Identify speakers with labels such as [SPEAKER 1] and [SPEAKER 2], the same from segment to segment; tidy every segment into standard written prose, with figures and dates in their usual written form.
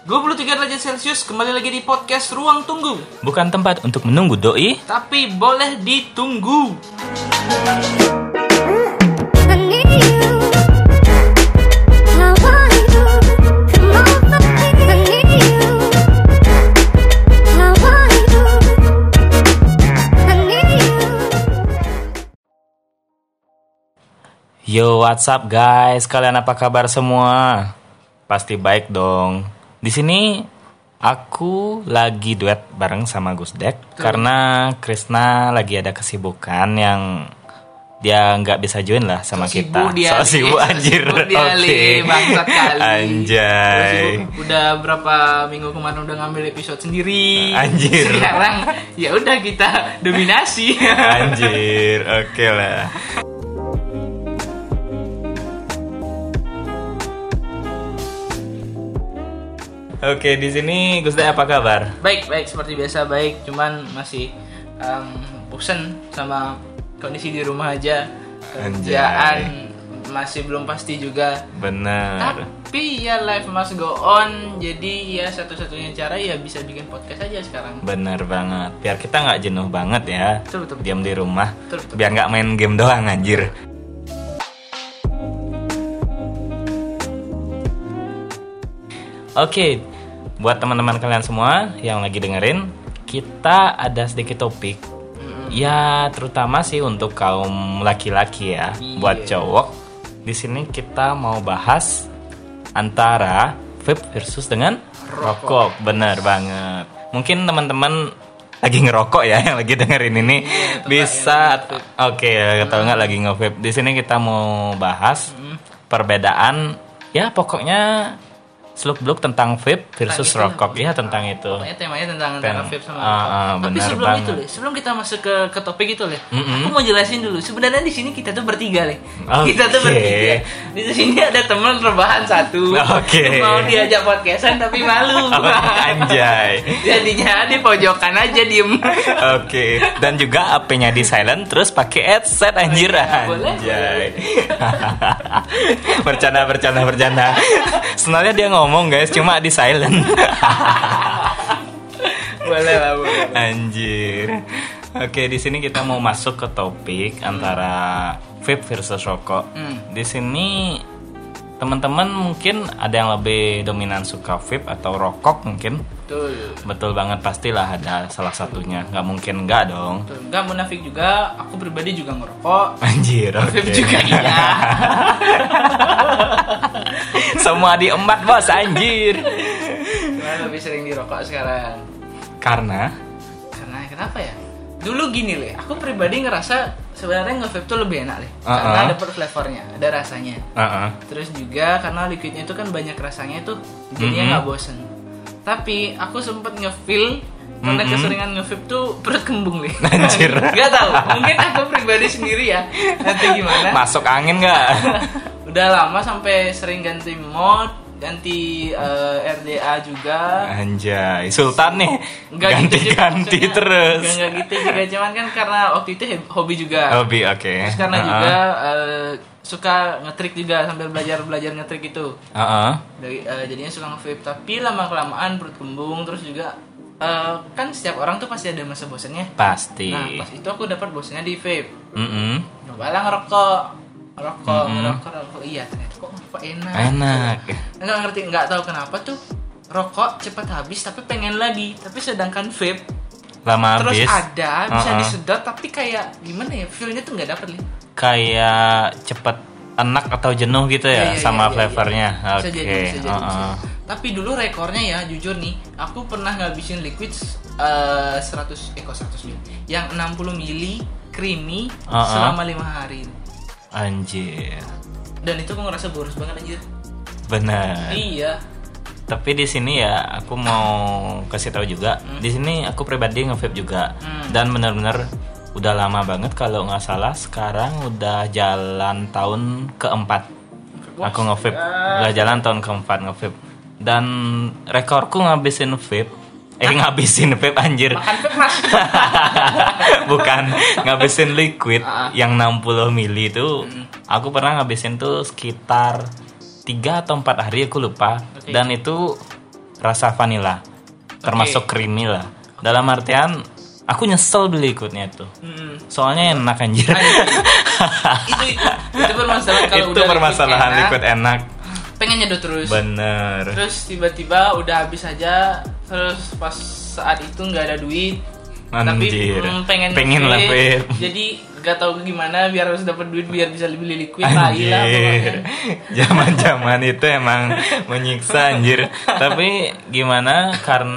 [SPEAKER 1] 23 derajat Celcius, kembali lagi di podcast Ruang Tunggu.
[SPEAKER 2] Bukan tempat untuk menunggu doi,
[SPEAKER 1] tapi boleh ditunggu.
[SPEAKER 2] Yo, what's up guys? Kalian apa kabar semua? Pasti baik dong. Di sini aku lagi duet bareng sama Gusdek karena Krisna lagi ada kesibukan yang dia nggak bisa join lah sama kita.
[SPEAKER 1] So
[SPEAKER 2] sibuk anjir.
[SPEAKER 1] Oke. Bangsat kali.
[SPEAKER 2] Anjay.
[SPEAKER 1] Udah berapa minggu kemarin udah ngambil episode sendiri.
[SPEAKER 2] Anjir.
[SPEAKER 1] Sekarang ya udah kita dominasi.
[SPEAKER 2] Anjir. Oke lah. Oke, di sini Gusdek apa kabar?
[SPEAKER 1] Baik, seperti biasa baik. Cuman masih bosen sama kondisi di rumah aja. Kerjaan masih belum pasti juga.
[SPEAKER 2] Bener.
[SPEAKER 1] Tapi ya life must go on. Jadi ya satu-satunya cara ya bisa bikin podcast aja sekarang.
[SPEAKER 2] Bener banget. Biar kita nggak jenuh banget ya.
[SPEAKER 1] Betul.
[SPEAKER 2] Diam di rumah.
[SPEAKER 1] Betul.
[SPEAKER 2] Biar nggak main game doang anjir. Oke, buat teman-teman kalian semua yang lagi dengerin, kita ada sedikit topik. Ya, terutama sih untuk kaum laki-laki ya.
[SPEAKER 1] Iya.
[SPEAKER 2] Buat cowok, di sini kita mau bahas antara vape versus dengan rokok. Bener banget. Mungkin teman-teman lagi ngerokok ya yang lagi dengerin ini bisa. Oke, atau nggak lagi nge-vape. Di sini kita mau bahas perbedaan. Ya, pokoknya seluk-beluk tentang vape versus rokok. Ya, tentang itu.
[SPEAKER 1] Pokoknya temanya tentang vape sama rokok. Tapi sebelum
[SPEAKER 2] banget.
[SPEAKER 1] itu, sebelum kita masuk ke topik itu, aku mau jelasin dulu. Sebenarnya di sini kita tuh bertiga, Kita tuh bertiga. Di sini ada teman rebahan satu. Mau diajak podcastan tapi malu.
[SPEAKER 2] Anjay.
[SPEAKER 1] Jadinya di pojokan aja diem.
[SPEAKER 2] Oke. Dan juga HP-nya di silent terus pakai headset anjir. Anjay. Bercanda. Sebenarnya dia ngomong guys, cuma di silent.
[SPEAKER 1] boleh.
[SPEAKER 2] Anjir. Oke, di sini kita mau masuk ke topik antara vape versus rokok. Di sini teman-teman mungkin ada yang lebih dominan suka vape atau rokok mungkin. Betul banget, pastilah ada salah satunya. Nggak mungkin nggak dong.
[SPEAKER 1] Nggak munafik juga, aku pribadi juga ngerokok.
[SPEAKER 2] Anjir, oke.
[SPEAKER 1] Vape juga iya.
[SPEAKER 2] Semua diembat bos, anjir.
[SPEAKER 1] Cuma lebih sering dirokok sekarang.
[SPEAKER 2] Karena
[SPEAKER 1] kenapa ya? Dulu gini aku pribadi ngerasa sebenarnya nge-vape tuh lebih enak karena dapet flavornya, ada rasanya. Terus juga karena liquidnya itu kan banyak rasanya tuh, jadinya nggak bosen. Tapi aku sempet nge-feel karena keseringan nge-vape tuh perut kembung
[SPEAKER 2] Anjir.
[SPEAKER 1] Gak tahu, mungkin aku pribadi sendiri ya. Nanti gimana?
[SPEAKER 2] Masuk angin nggak?
[SPEAKER 1] Udah lama sampai sering ganti mod, ganti RDA juga.
[SPEAKER 2] Anjay, Sultan nih. Ganti-ganti
[SPEAKER 1] gitu,
[SPEAKER 2] terus.
[SPEAKER 1] Enggak gitu juga, cuman kan karena waktu itu hobi juga.
[SPEAKER 2] Hobi, oke.
[SPEAKER 1] Terus karena juga suka ngetrik juga sambil belajar ngetrik itu. Jadinya suka nge-vape, tapi lama-kelamaan perut kembung. Terus juga kan setiap orang tuh pasti ada masa bosannya.
[SPEAKER 2] Pasti.
[SPEAKER 1] Nah, pas itu aku dapat bosannya di vape. Cobalah ngerokok. Iya, ternyata kok enak. Nggak tahu kenapa tuh rokok cepat habis tapi pengen lagi. Tapi sedangkan vape
[SPEAKER 2] lama
[SPEAKER 1] terus
[SPEAKER 2] habis.
[SPEAKER 1] Ada bisa disedot tapi kayak gimana ya, feel-nya tuh nggak dapet
[SPEAKER 2] Kayak cepet enak atau jenuh gitu ya, sama flavornya.
[SPEAKER 1] Bisa jadi. Tapi dulu rekornya ya, jujur nih, aku pernah ngabisin liquid 100 ml yang 60 ml creamy selama 5 hari.
[SPEAKER 2] Anjir.
[SPEAKER 1] Dan itu aku ngerasa boros banget anjir.
[SPEAKER 2] Benar.
[SPEAKER 1] Iya.
[SPEAKER 2] Tapi di sini ya aku mau kasih tahu juga. Di sini aku pribadi nge-vape juga. Dan benar-benar udah lama banget, kalau nggak salah sekarang udah jalan tahun keempat. Aku nge-vape. Udah jalan tahun keempat nge-vape. Dan rekorku ngabisin vape. Ngabisin vape anjir.
[SPEAKER 1] Makan vape mas.
[SPEAKER 2] Bukan, ngabisin liquid yang 60 ml itu. Aku pernah ngabisin tuh sekitar 3 atau 4 hari, aku lupa. Dan itu rasa vanilla, termasuk creamy lah. Dalam artian aku nyesel beli liquidnya itu. Soalnya enak anjir.
[SPEAKER 1] itu permasalahan kalau
[SPEAKER 2] itu
[SPEAKER 1] udah
[SPEAKER 2] permasalahan liquid enak.
[SPEAKER 1] Pengen nyedot terus.
[SPEAKER 2] Bener.
[SPEAKER 1] Terus tiba-tiba udah habis aja. Terus pas saat itu nggak ada duit.
[SPEAKER 2] Anjir.
[SPEAKER 1] Tapi
[SPEAKER 2] pengen lebih.
[SPEAKER 1] Jadi gak tahu gimana biar harus dapat duit biar bisa beli liquid. Anjir.
[SPEAKER 2] Zaman-zaman itu emang menyiksa anjir. Tapi gimana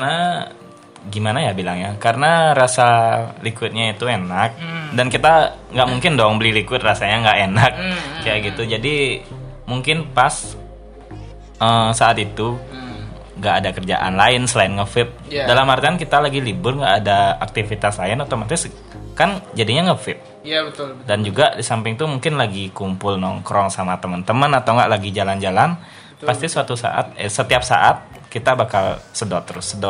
[SPEAKER 2] ya bilangnya? Karena rasa liquidnya itu enak dan kita nggak mungkin dong beli liquid rasanya nggak enak kayak gitu. Jadi mungkin pas saat itu nggak ada kerjaan lain selain nge-vape. Dalam artian kita lagi libur nggak ada aktivitas lain, otomatis kan jadinya nge-vape.
[SPEAKER 1] Iya betul.
[SPEAKER 2] Dan juga di samping itu mungkin lagi kumpul nongkrong sama teman-teman atau nggak lagi jalan-jalan. Pasti suatu saat setiap saat kita bakal sedot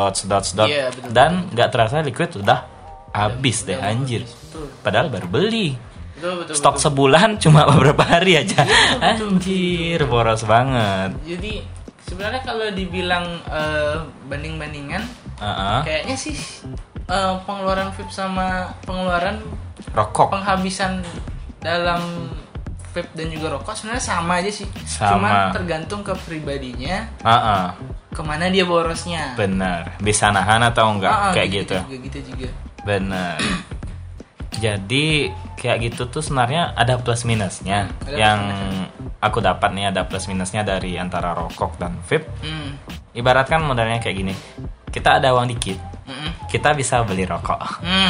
[SPEAKER 2] dan nggak terasa liquid sudah habis deh anjir. Padahal baru beli. Stok sebulan cuma beberapa hari aja. Anjir, boros banget.
[SPEAKER 1] Jadi sebenarnya kalau dibilang banding-bandingan, kayaknya sih pengeluaran vape sama pengeluaran
[SPEAKER 2] rokok,
[SPEAKER 1] penghabisan dalam vape dan juga rokok sebenarnya sama aja sih.
[SPEAKER 2] Cuma
[SPEAKER 1] tergantung ke pribadinya. Kemana dia borosnya.
[SPEAKER 2] Benar. Bisa nahan atau enggak kayak gitu.
[SPEAKER 1] Gitu juga.
[SPEAKER 2] Benar. Jadi kayak gitu tuh sebenarnya ada plus minusnya. Aku dapat nih ada plus minusnya dari antara rokok dan vape. Ibaratkan modelnya kayak gini. Kita ada uang dikit. Kita bisa beli rokok.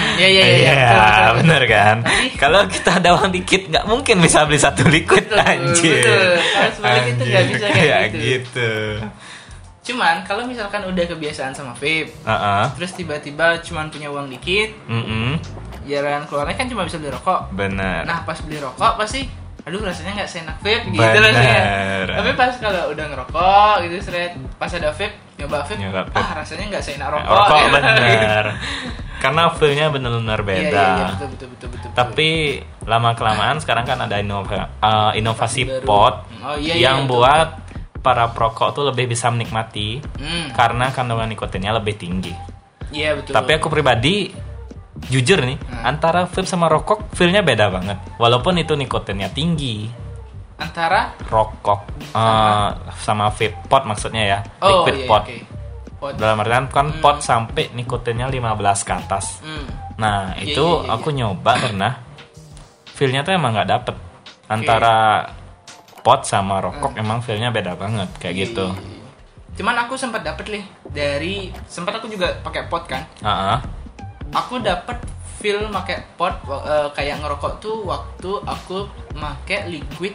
[SPEAKER 2] Iya, bener kan? Kalau kita ada uang dikit, nggak mungkin bisa beli satu liquid. Anjir.
[SPEAKER 1] Kalau sebalik itu nggak bisa kayak
[SPEAKER 2] gitu.
[SPEAKER 1] Cuman kalau misalkan udah kebiasaan sama vape, terus tiba-tiba cuman punya uang dikit, jalan keluarnya kan cuma bisa beli rokok.
[SPEAKER 2] Bener.
[SPEAKER 1] Nah pas beli rokok pasti, aduh rasanya nggak seenak vape gitu rasanya. Tapi pas kalau udah ngerokok gitu, pas ada vape, nyoba vape, rasanya nggak seenak rokok.
[SPEAKER 2] Bener. Karena feel-nya benar-benar beda.
[SPEAKER 1] Iya, betul.
[SPEAKER 2] Tapi lama kelamaan sekarang kan ada inovasi pot yang buat para perokok tuh lebih bisa menikmati karena kandungan nikotinnya lebih tinggi.
[SPEAKER 1] Iya betul.
[SPEAKER 2] Tapi aku pribadi jujur nih, antara vape sama rokok feel-nya beda banget. Walaupun itu nikotinnya tinggi.
[SPEAKER 1] Antara
[SPEAKER 2] rokok sama vape pot maksudnya ya, liquid pot. Okay. Dalam artian kan pot sampai nikotinnya 15 ke atas. Nah itu aku nyoba karena feel-nya tuh emang nggak dapet. Antara pot sama rokok emang feel-nya beda banget kayak gitu.
[SPEAKER 1] Cuman aku sempat dapet sempat aku juga pakai pot kan. Aku dapet feel pakai pot kayak ngerokok tuh waktu aku pakai liquid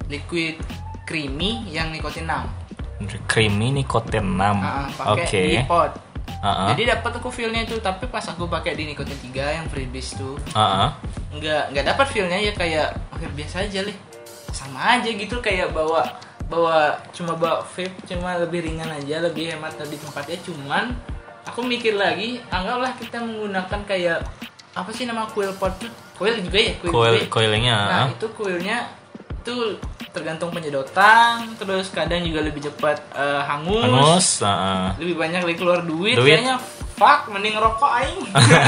[SPEAKER 1] creamy yang nikotin 6.
[SPEAKER 2] Creamy nikotin 6.
[SPEAKER 1] Pakai di pot. Jadi dapat aku feel-nya itu, tapi pas aku pakai di nikotin 3 yang freebies tuh. Enggak dapat feel-nya ya kayak biasa aja sama aja gitu, kayak bawa vape cuma lebih ringan aja, lebih hemat di tempatnya. Cuman aku mikir lagi, anggaplah kita menggunakan kayak apa sih nama coil pot tuh, coil juga ya,
[SPEAKER 2] coilnya.
[SPEAKER 1] Nah itu coilnya itu tergantung penyedotan, terus kadang juga lebih cepat hangus. Lebih banyak keluar duit. Kayaknya fuck, mending ngerokok aing.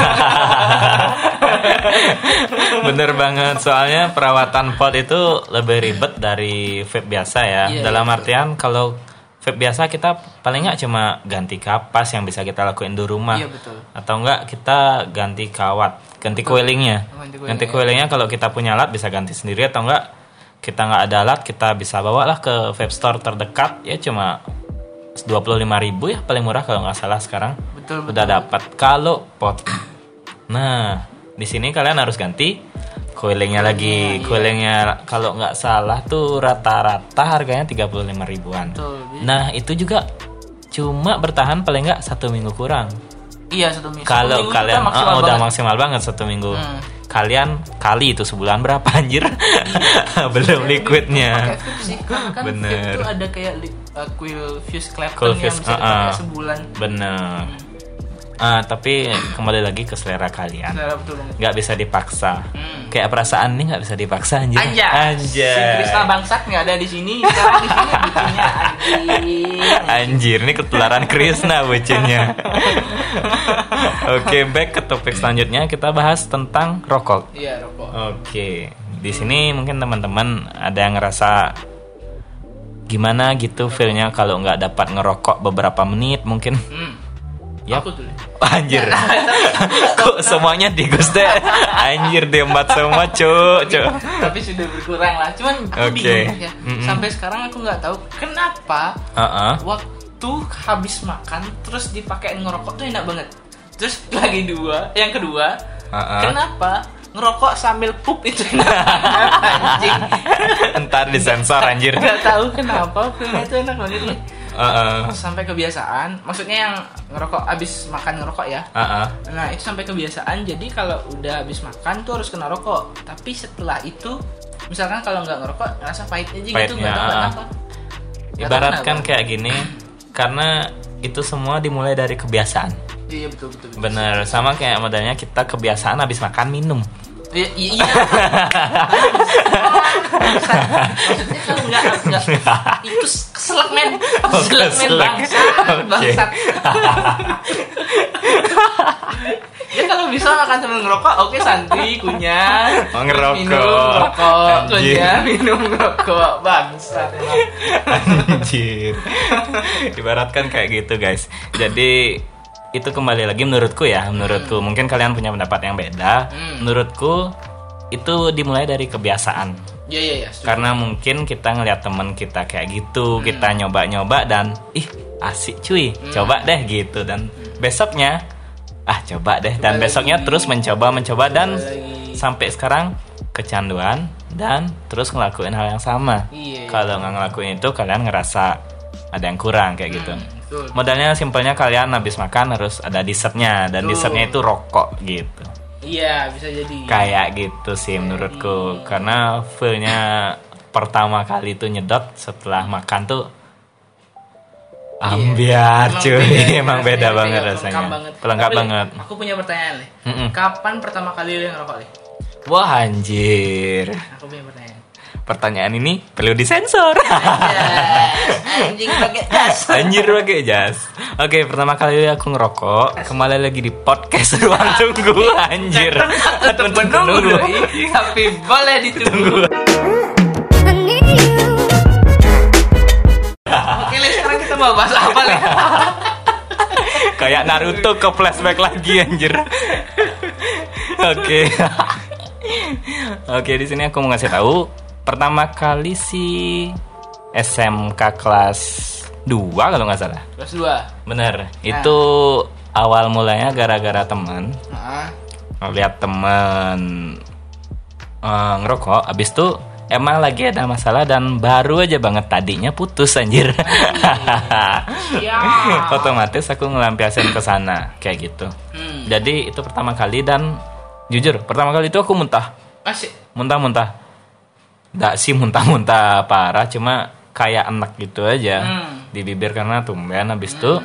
[SPEAKER 2] Bener banget, soalnya perawatan pot itu lebih ribet dari vape biasa ya. Dalam artian kalau vape biasa kita paling nggak cuma ganti kapas yang bisa kita lakuin di rumah. Atau enggak kita ganti kawat, ganti coilingnya. Ganti coilingnya kalau kita punya alat bisa ganti sendiri, atau enggak kita nggak ada alat kita bisa bawalah ke vape store terdekat, ya cuma 25.000 ya paling murah kalau nggak salah sekarang. Udah dapat kalau pot. Nah di sini kalian harus ganti coilingnya lagi. Coilingnya kalau nggak salah tuh rata-rata harganya 35 ribuan. Nah itu juga cuma bertahan paling nggak 1 minggu kurang.
[SPEAKER 1] Iya 1 minggu.
[SPEAKER 2] Kalau kalian udah maksimal banget 1 minggu. Kalian kali itu sebulan berapa anjir? Belum liquidnya.
[SPEAKER 1] Bener. Itu ada kayak coil fuse clapper yang bisa dipakai sebulan.
[SPEAKER 2] Bener. Tapi kembali lagi ke selera kalian.
[SPEAKER 1] Betul.
[SPEAKER 2] Nggak bisa dipaksa. Kayak perasaan nih nggak bisa dipaksa anjir.
[SPEAKER 1] Anjay. Si Krisna bangsat nggak ada di sini. Sekarang di sini bucinnya
[SPEAKER 2] Anjir, ini ketularan Krisna bucinnya. Oke, back ke topik selanjutnya, kita bahas tentang rokok.
[SPEAKER 1] Iya, rokok.
[SPEAKER 2] Oke, di sini mungkin teman-teman ada yang ngerasa gimana gitu feelnya kalau nggak dapat ngerokok beberapa menit mungkin.
[SPEAKER 1] Yap. Aku tuh.
[SPEAKER 2] Anjir. Kok semuanya digus deh. Anjir diembat semua, Cuk.
[SPEAKER 1] Tapi sudah berkurang lah. Cuman aku bingung ya. Sampai sekarang aku nggak tahu kenapa waktu habis makan terus dipakai ngerokok tuh enak banget. Terus yang kedua, kenapa ngerokok sambil pup itu enak banget, anjing.
[SPEAKER 2] Ntar disensor anjir.
[SPEAKER 1] Nggak tahu kenapa feelnya itu enak banget nih. Sampai kebiasaan, maksudnya yang ngerokok abis makan ngerokok ya. Nah itu sampai kebiasaan, jadi kalau udah habis makan tuh harus kena rokok. Tapi setelah itu, misalkan kalau nggak ngerokok, rasa pahit aja gitu, nggak tahu kenapa.
[SPEAKER 2] Ibaratkan kayak gini, karena itu semua dimulai dari kebiasaan.
[SPEAKER 1] Iya betul.
[SPEAKER 2] Bener, sama kayak modelnya kita kebiasaan habis makan minum.
[SPEAKER 1] Iya. Maksudnya kalau enggak itu keselak men bangsat. Ya kalau bisa makan sambil ngerokok, oke santuy kunyah,
[SPEAKER 2] ngerokok,
[SPEAKER 1] minum ngerokok, bangsat emang.
[SPEAKER 2] Anjir. Ibaratkan kayak gitu guys. Jadi itu kembali lagi menurutku mungkin kalian punya pendapat yang beda. Menurutku itu dimulai dari kebiasaan.
[SPEAKER 1] Iya.
[SPEAKER 2] Karena mungkin kita ngeliat teman kita kayak gitu, kita nyoba dan asik cuy, coba deh gitu, dan besoknya coba deh, dan besoknya terus mencoba dan sampai sekarang kecanduan dan terus ngelakuin hal yang sama. Kalau nggak ngelakuin itu kalian ngerasa ada yang kurang kayak gitu. Modalnya simpelnya kalian habis makan harus ada dessertnya, dan dessertnya itu rokok gitu.
[SPEAKER 1] Iya bisa jadi.
[SPEAKER 2] Kayak gitu sih menurutku, karena feelnya pertama kali tuh nyedot setelah makan tuh ambiar cuy, emang beda banget rasanya. Pelengkap banget.
[SPEAKER 1] Aku punya pertanyaan nih. Kapan pertama kali lu ngerokok nih?
[SPEAKER 2] Wah anjir.
[SPEAKER 1] Aku punya pertanyaan.
[SPEAKER 2] Pertanyaan ini perlu disensor. Anjir pakai jas. Oke, pertama kali aku ngerokok, kembali lagi di podcast Ruang Tunggu. Anjir.
[SPEAKER 1] Tetap menunggu, tapi boleh ditunggu. Oke, sekarang kita mau bahas apa nih?
[SPEAKER 2] Kayak Naruto ke flashback lagi anjir. Oke, di sini aku mau ngasih tahu. Pertama kali sih SMK kelas 2 kalau nggak salah.
[SPEAKER 1] Kelas 2?
[SPEAKER 2] Bener. Itu awal mulanya gara-gara teman. Lihat teman ngerokok. Abis itu emang lagi ada masalah dan baru aja banget tadinya putus anjir. Otomatis aku ngelampiasin ke sana kayak gitu. Jadi itu pertama kali, dan jujur pertama kali itu aku muntah.
[SPEAKER 1] Asik.
[SPEAKER 2] Muntah. Nggak sih muntah-muntah parah, cuma kayak enak gitu aja di bibir karena tumben. Habis itu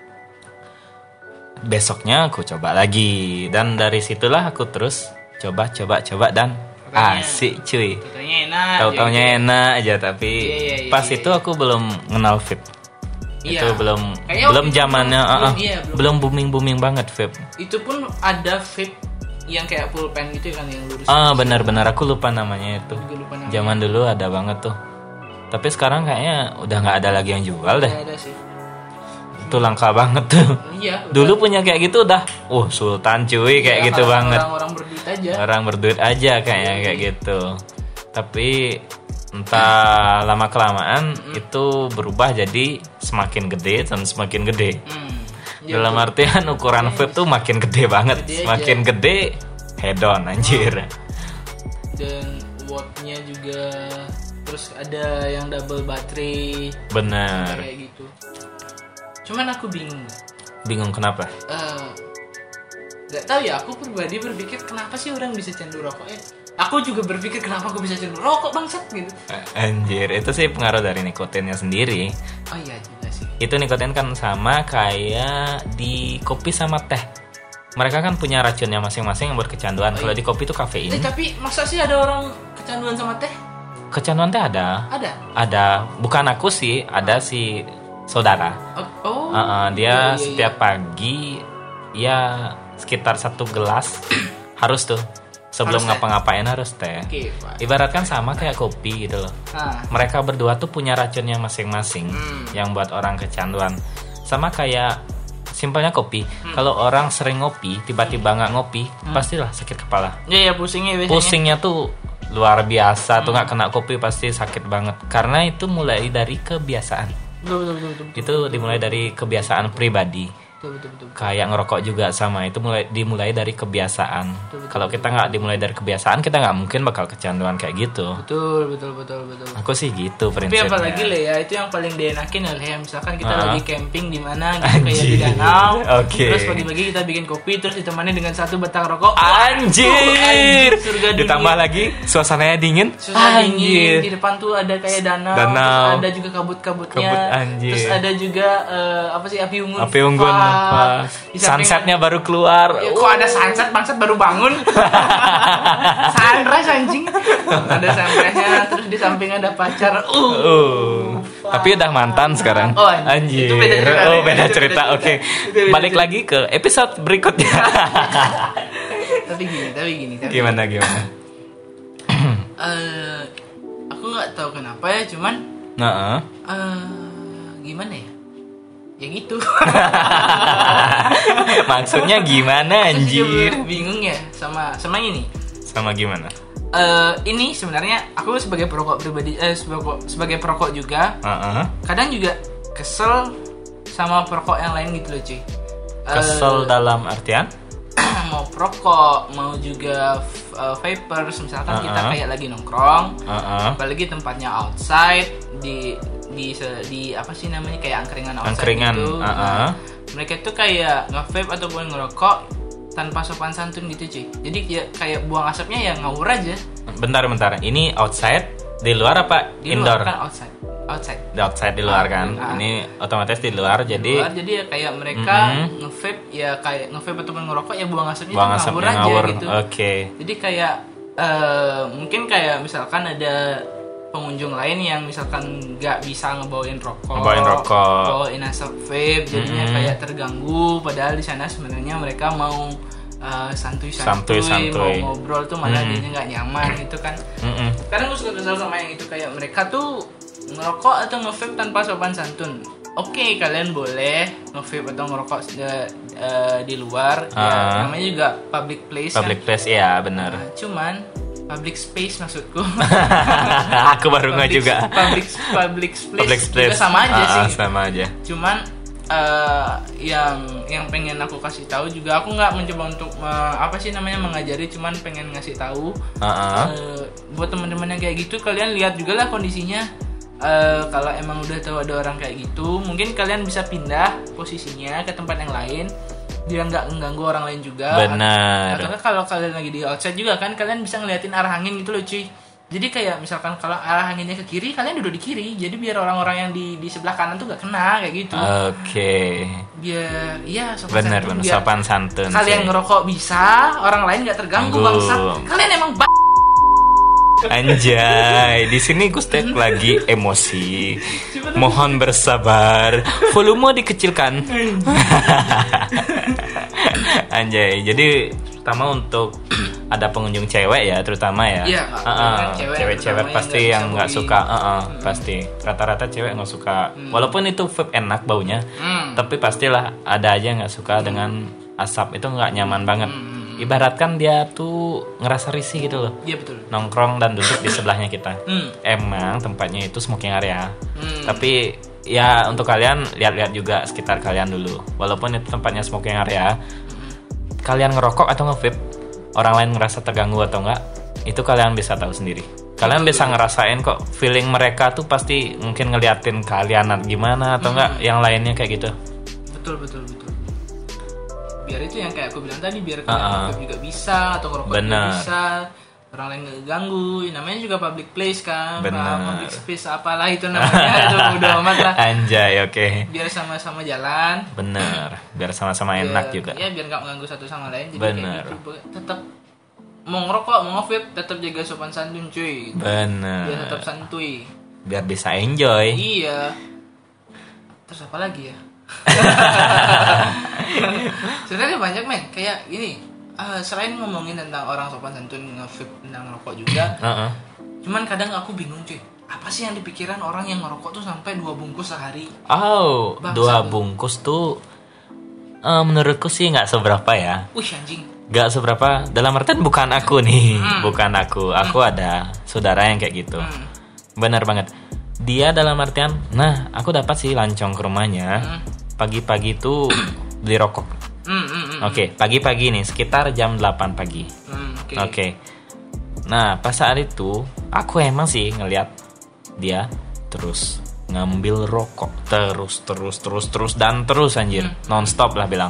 [SPEAKER 2] besoknya aku coba lagi, dan dari situlah aku terus coba dan asik cuy. Tahu-taunya enak aja, tapi pas itu aku belum kenal vape. Itu belum zamannya, belum booming banget vape.
[SPEAKER 1] Itu pun ada vape yang kayak pulpen gitu kan, yang lurus.
[SPEAKER 2] Benar aku lupa namanya itu. Zaman dulu ada banget tuh. Tapi sekarang kayaknya udah nggak ada lagi yang jual deh.
[SPEAKER 1] Ada sih.
[SPEAKER 2] Itu langka banget tuh.
[SPEAKER 1] Iya.
[SPEAKER 2] Dulu punya kayak gitu udah. Sultan cuy kayak gitu banget. Orang berduit aja kayaknya kayak gitu. Tapi entah lama kelamaan itu berubah jadi semakin gede dan semakin gede. Dalam artian ukuran vape tuh makin gede banget, semakin gede hedon anjir.
[SPEAKER 1] Dan wattnya juga, terus ada yang double baterai.
[SPEAKER 2] Bener.
[SPEAKER 1] Kayak gitu. Cuman aku bingung.
[SPEAKER 2] Bingung kenapa?
[SPEAKER 1] Gak tahu ya, aku pribadi berpikir kenapa sih orang bisa candu rokok ya? Aku juga berpikir kenapa aku bisa candu rokok bangsat gitu.
[SPEAKER 2] Anjir, itu sih pengaruh dari nikotinnya sendiri.
[SPEAKER 1] Oh iya juga sih.
[SPEAKER 2] Itu nikotin kan sama kayak di kopi sama teh. Mereka kan punya racunnya masing-masing yang buat kecanduan. Kalau di kopi itu kafein.
[SPEAKER 1] Tapi masa sih ada orang kecanduan sama teh?
[SPEAKER 2] Kecanduan teh ada. Ada. Bukan aku sih, ada si saudara. Dia setiap pagi ya sekitar 1 gelas harus tuh. Sebelum ngapa-ngapain harus teh. Ibaratkan sama kayak kopi gitu loh. Mereka berdua tuh punya racunnya masing-masing yang buat orang kecanduan. Sama kayak simpelnya kopi. Kalau orang sering ngopi, tiba-tiba nggak ngopi, pastilah sakit kepala.
[SPEAKER 1] Iya, pusingnya biasanya.
[SPEAKER 2] Pusingnya tuh luar biasa. Tuh nggak kena kopi pasti sakit banget. Karena itu mulai dari kebiasaan.
[SPEAKER 1] Betul.
[SPEAKER 2] Itu dimulai dari kebiasaan pribadi.
[SPEAKER 1] Betul.
[SPEAKER 2] Kayak ngerokok juga sama, itu dimulai dari kebiasaan. Kalau kita nggak dimulai dari kebiasaan, kita nggak mungkin bakal kecanduan kayak gitu.
[SPEAKER 1] Betul.
[SPEAKER 2] Aku sih gitu prinsipnya.
[SPEAKER 1] Tapi apalagi ya, itu yang paling dienakin ya. Misalkan kita lagi camping di mana gitu, kayak di danau. Terus pagi-pagi kita bikin kopi, terus ditemani dengan 1 batang rokok.
[SPEAKER 2] Anjir.
[SPEAKER 1] Surga dunia.
[SPEAKER 2] Ditambah lagi suasananya dingin.
[SPEAKER 1] Dingin. Di depan tuh ada kayak danau. Terus ada juga kabut-kabutnya. Terus ada juga api unggun.
[SPEAKER 2] Sunsetnya baru keluar.
[SPEAKER 1] Ya, kok ada sunset, bangsat baru bangun. Sunrise anjing. Ada sunrise-nya, terus di samping ada pacar.
[SPEAKER 2] Tapi udah mantan sekarang. Anjir.
[SPEAKER 1] Itu
[SPEAKER 2] beda cerita. Oke. Balik lagi ke episode berikutnya.
[SPEAKER 1] Tapi gini.
[SPEAKER 2] Gimana?
[SPEAKER 1] Aku nggak tahu kenapa ya, cuman gimana ya? Ya gitu.
[SPEAKER 2] Maksudnya gimana anjir?
[SPEAKER 1] Bingung ya sama ini.
[SPEAKER 2] Sama gimana?
[SPEAKER 1] Ini sebenarnya aku sebagai perokok pribadi, sebagai perokok juga. Kadang juga kesel sama perokok yang lain gitu loh, cuy.
[SPEAKER 2] Kesel dalam artian?
[SPEAKER 1] Mau perokok, mau juga vapers, misalkan kita kayak lagi nongkrong, apalagi tempatnya outside di apa sih namanya, kayak outside gitu. Mereka tuh kayak nge-vape ataupun ngerokok tanpa sopan santun gitu, cuy. Jadi ya kayak buang asapnya ya ngawur aja.
[SPEAKER 2] Bentar. Ini outside di luar apa
[SPEAKER 1] di
[SPEAKER 2] indoor?
[SPEAKER 1] Luar kan outside
[SPEAKER 2] di luar kan. Ini otomatis di luar, jadi
[SPEAKER 1] ya kayak mereka nge-vape ataupun ngerokok ya buang asapnya ngawur aja gitu. Jadi kayak mungkin kayak misalkan ada pengunjung lain yang misalkan nggak bisa ngebawain rokok, bawain asap vape, jadinya kayak terganggu. Padahal di sana sebenarnya mereka mau santuy, mau ngobrol tuh malah dia nggak nyaman gitu kan. Kadang gue suka kesel sama yang itu, kayak mereka tuh ngerokok atau nge-vape tanpa sopan santun. Oke, kalian boleh nge-vape atau ngerokok di luar, ya, namanya juga public place.
[SPEAKER 2] Public place, ya benar.
[SPEAKER 1] Cuman public space maksudku.
[SPEAKER 2] Aku baru nggak juga.
[SPEAKER 1] Public place juga sama aja sih.
[SPEAKER 2] Sama aja.
[SPEAKER 1] Cuman yang pengen aku kasih tahu juga, aku nggak mencoba untuk mengajari, cuman pengen ngasih tahu buat teman-teman yang kayak gitu, kalian lihat juga lah kondisinya. Kalau emang udah tahu ada orang kayak gitu, mungkin kalian bisa pindah posisinya ke tempat yang lain biar nggak mengganggu orang lain juga.
[SPEAKER 2] Benar.
[SPEAKER 1] Atau kalau kalian lagi di outside juga kan, kalian bisa ngeliatin arah angin gitu loh, cuy. Jadi kayak misalkan kalau arah anginnya ke kiri, kalian duduk di kiri. Jadi biar orang-orang yang di sebelah kanan tuh nggak kena kayak gitu. Biar
[SPEAKER 2] sopan santun.
[SPEAKER 1] Kalian ngerokok bisa, orang lain nggak terganggu, bangsat. Kalian emang
[SPEAKER 2] Anjay, di sini Gustek lagi emosi. Mohon bersabar. Volume dikecilkan. Anjay, jadi terutama untuk ada pengunjung cewek ya, terutama ya. Cewek-cewek pasti yang nggak suka. Pasti rata-rata cewek nggak suka. Walaupun itu vape enak baunya, tapi pastilah ada aja nggak suka dengan asap. Itu nggak nyaman banget. Ibaratkan dia tuh ngerasa risih gitu loh.
[SPEAKER 1] Iya betul.
[SPEAKER 2] Nongkrong dan duduk di sebelahnya kita. Emang tempatnya itu smoking area. Tapi ya untuk kalian lihat-lihat juga sekitar kalian dulu. Walaupun itu tempatnya smoking area, kalian ngerokok atau nge-vape, orang lain ngerasa terganggu atau enggak, itu kalian bisa tahu sendiri. Kalian bisa ngerasain kok, feeling mereka tuh pasti mungkin ngeliatin kalian gimana atau enggak yang lainnya kayak gitu.
[SPEAKER 1] Betul. Biar itu yang kayak aku bilang tadi, biar kalian juga bisa atau ngerokok juga bisa. orang lain ngeganggu, namanya juga public place kan, public space apalah itu namanya. Itu udah amat lah.
[SPEAKER 2] Anjay, oke.
[SPEAKER 1] Biar sama-sama jalan.
[SPEAKER 2] Bener, biar sama-sama enak juga.
[SPEAKER 1] Iya, biar nggak mengganggu satu sama lain. Jadi
[SPEAKER 2] bener.
[SPEAKER 1] kayak gitu, tetap mau ngerokok, mau nge-vape, tetap jaga sopan santun cuy.
[SPEAKER 2] Bener.
[SPEAKER 1] Biar tetap santuy.
[SPEAKER 2] Biar bisa enjoy.
[SPEAKER 1] Iya. Terus apa lagi ya? Sebenarnya banyak men, kayak ini. Selain ngomongin tentang orang sopan santun, nge-vape, tentang ngerokok juga. Cuman kadang aku bingung cuy, apa sih yang dipikiran orang yang ngerokok tuh sampai 2 bungkus sehari?
[SPEAKER 2] Oh, 2 bungkus tuh menurutku sih nggak seberapa ya.
[SPEAKER 1] Wih anjing.
[SPEAKER 2] Nggak seberapa, dalam artian bukan aku nih. Bukan aku ada saudara yang kayak gitu. Bener banget. Dia dalam artian, nah aku dapat sih lancong ke rumahnya. Pagi-pagi tuh beli rokok. Oke, pagi-pagi nih sekitar jam 8 pagi. Oke. Nah, pas saat itu aku emang sih ngeliat dia terus ngambil rokok terus anjir. Non-stop lah bilang.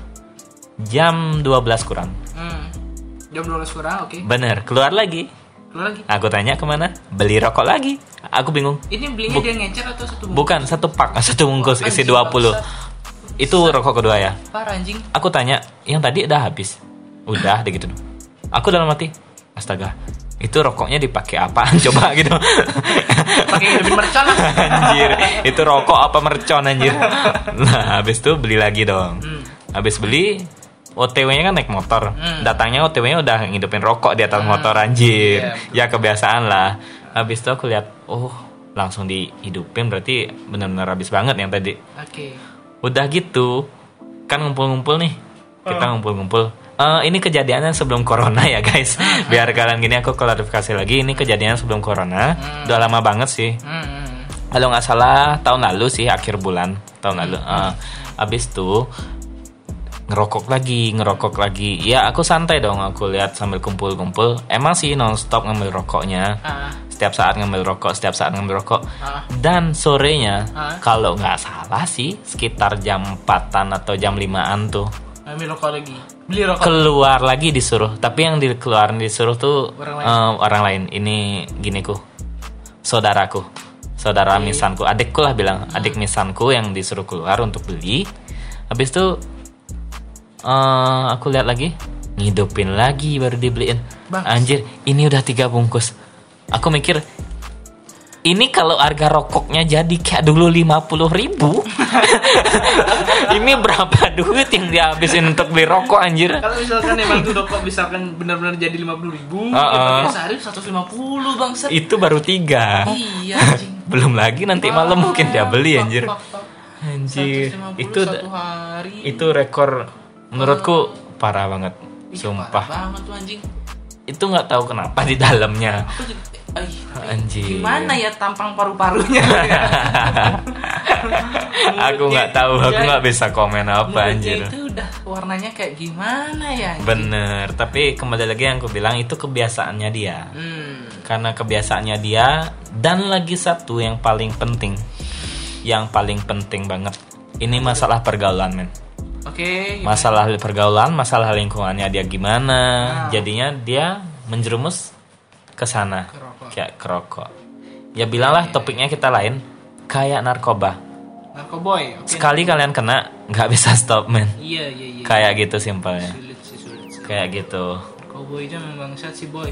[SPEAKER 2] Jam 12 kurang.
[SPEAKER 1] Jam 12 kurang, oke.
[SPEAKER 2] Bener, keluar lagi. Aku tanya kemana? Beli rokok lagi. Aku bingung.
[SPEAKER 1] Ini belinya dia ngecer atau satu bungkus?
[SPEAKER 2] Bukan, satu pak, satu bungkus isi 20. Itu rokok kedua ya.
[SPEAKER 1] Parah anjing.
[SPEAKER 2] Aku tanya, yang tadi udah habis? Udah, deh gitu. Aku dalam hati, astaga, itu rokoknya dipakai apaan coba gitu.
[SPEAKER 1] Pakai hidupin mercon lah.
[SPEAKER 2] Anjir, itu rokok apa mercon anjir. Nah, habis itu beli lagi dong. Habis beli, OTW-nya kan naik motor. Datangnya OTW-nya udah ngidupin rokok di atas motor anjir. Ya kebiasaan lah. Habis itu aku lihat, oh, langsung dihidupin berarti benar-benar habis banget yang tadi.
[SPEAKER 1] Oke.
[SPEAKER 2] Udah gitu, kan ngumpul-ngumpul nih. Kita ngumpul-ngumpul. Ini kejadiannya sebelum corona ya guys. Biar kalian gini aku klarifikasi lagi. Ini kejadiannya sebelum corona. Udah lama banget sih. Kalau nggak salah tahun lalu sih, akhir bulan tahun lalu. Abis tuh ngerokok lagi. Ya aku santai dong. Aku lihat sambil kumpul-kumpul. Emang sih non-stop ngambil rokoknya. Setiap saat ngambil rokok. Dan sorenya kalau nggak salah sih sekitar jam 4-an atau jam 5-an tuh
[SPEAKER 1] ambil rokok lagi. Beli rokok.
[SPEAKER 2] Keluar lagi disuruh. Tapi yang disuruh tuh orang lain. Ini giniku, saudara misanku, adikku lah bilang. Adik misanku yang disuruh keluar untuk beli. Habis itu aku lihat lagi, ngidupin lagi baru dibeliin. Anjir, ini udah 3 bungkus. Aku mikir, ini kalau harga rokoknya jadi kayak dulu 50.000, ini berapa duit yang dihabisin untuk beli rokok anjir?
[SPEAKER 1] Kalau misalkan emang tuh rokok misalkan benar-benar jadi 50.000, sehari 150 bangsat.
[SPEAKER 2] Itu baru 3.
[SPEAKER 1] Iya anjing.
[SPEAKER 2] Belum lagi nanti malam mungkin dia beli anjir. Anjir, itu rekor menurutku parah banget. Sumpah.
[SPEAKER 1] Parah banget tuh anjing.
[SPEAKER 2] Itu nggak tahu kenapa di dalamnya. Anjir.
[SPEAKER 1] Gimana ya tampang paru-parunya?
[SPEAKER 2] Aku nggak tahu, aku nggak bisa komen apa anjir.
[SPEAKER 1] Itu udah warnanya kayak gimana ya? Anjir?
[SPEAKER 2] Bener, tapi kembali lagi yang aku bilang itu kebiasaannya dia. Karena kebiasaannya dia, dan lagi satu yang paling penting banget. Ini masalah pergaulan men.
[SPEAKER 1] Oke.
[SPEAKER 2] Masalah pergaulan, masalah lingkungannya dia gimana. Jadinya dia menjerumus ke sana, kayak ke rokok. Ya bilanglah topiknya kita lain, kayak narkoba.
[SPEAKER 1] Narkoboy.
[SPEAKER 2] Sekali kalian kena, nggak bisa stop men.
[SPEAKER 1] Iya.
[SPEAKER 2] Kayak gitu simpelnya.
[SPEAKER 1] Sulit.
[SPEAKER 2] Kayak gitu.
[SPEAKER 1] Narkoboy itu memang bangsat sih boy.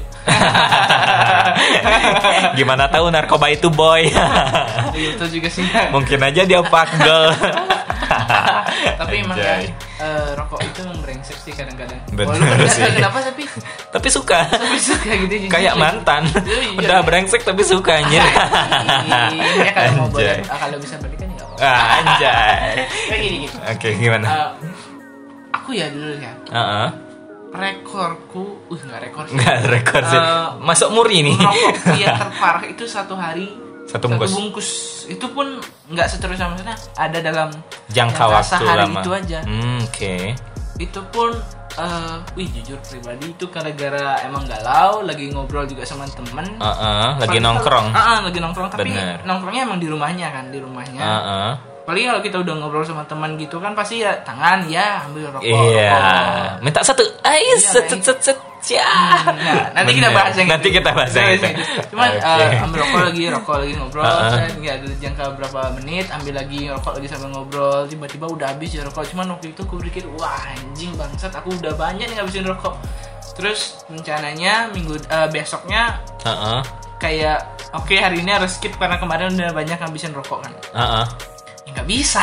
[SPEAKER 2] Gimana tahu narkoba itu boy?
[SPEAKER 1] Itu juga sih.
[SPEAKER 2] Mungkin aja dia pagel.
[SPEAKER 1] Tapi emang ya, rokok itu emang brengsek sih kadang-kadang.
[SPEAKER 2] Bener sih.
[SPEAKER 1] Kenapa
[SPEAKER 2] tapi suka
[SPEAKER 1] gitu.
[SPEAKER 2] Kayak mantan. Udah brengsek tapi suka anjir.
[SPEAKER 1] Ya kalau mau boleh, kalau bisa balikan ya enggak apa-apa.
[SPEAKER 2] Anjay.
[SPEAKER 1] Kayak gini.
[SPEAKER 2] Oke, gimana?
[SPEAKER 1] Aku ya dulu ya. Rekorku, nggak rekor sih.
[SPEAKER 2] Masuk muri nih.
[SPEAKER 1] Rokok yang terparah itu satu hari
[SPEAKER 2] satu bungkus.
[SPEAKER 1] Itu pun nggak seterusnya, maksudnya ada dalam
[SPEAKER 2] jangka waktu
[SPEAKER 1] sehari
[SPEAKER 2] lama.
[SPEAKER 1] itu aja.
[SPEAKER 2] Oke.
[SPEAKER 1] Itu pun jujur pribadi itu gara-gara emang galau, lagi ngobrol juga sama temen.
[SPEAKER 2] Lagi nongkrong.
[SPEAKER 1] Lagi nongkrong, tapi nongkrongnya emang di rumahnya. Paling kalau kita udah ngobrol sama teman gitu kan pasti ya tangan ya ambil rokok.
[SPEAKER 2] Iya. Minta satu. Set.
[SPEAKER 1] Nah, nanti kita bahas yang
[SPEAKER 2] nanti kita bahas yang itu.
[SPEAKER 1] Cuman ambil rokok lagi ngobrol, saya nggak ada jangka berapa menit, ambil lagi rokok lagi sambil ngobrol, tiba-tiba udah habis ya rokok. Cuman waktu itu aku pikir, wah anjing bangsat, aku udah banyak nih ngabisin rokok. Terus rencananya besoknya kayak oke, hari ini harus skip karena kemarin udah banyak ngabisin rokok kan. Nggak bisa.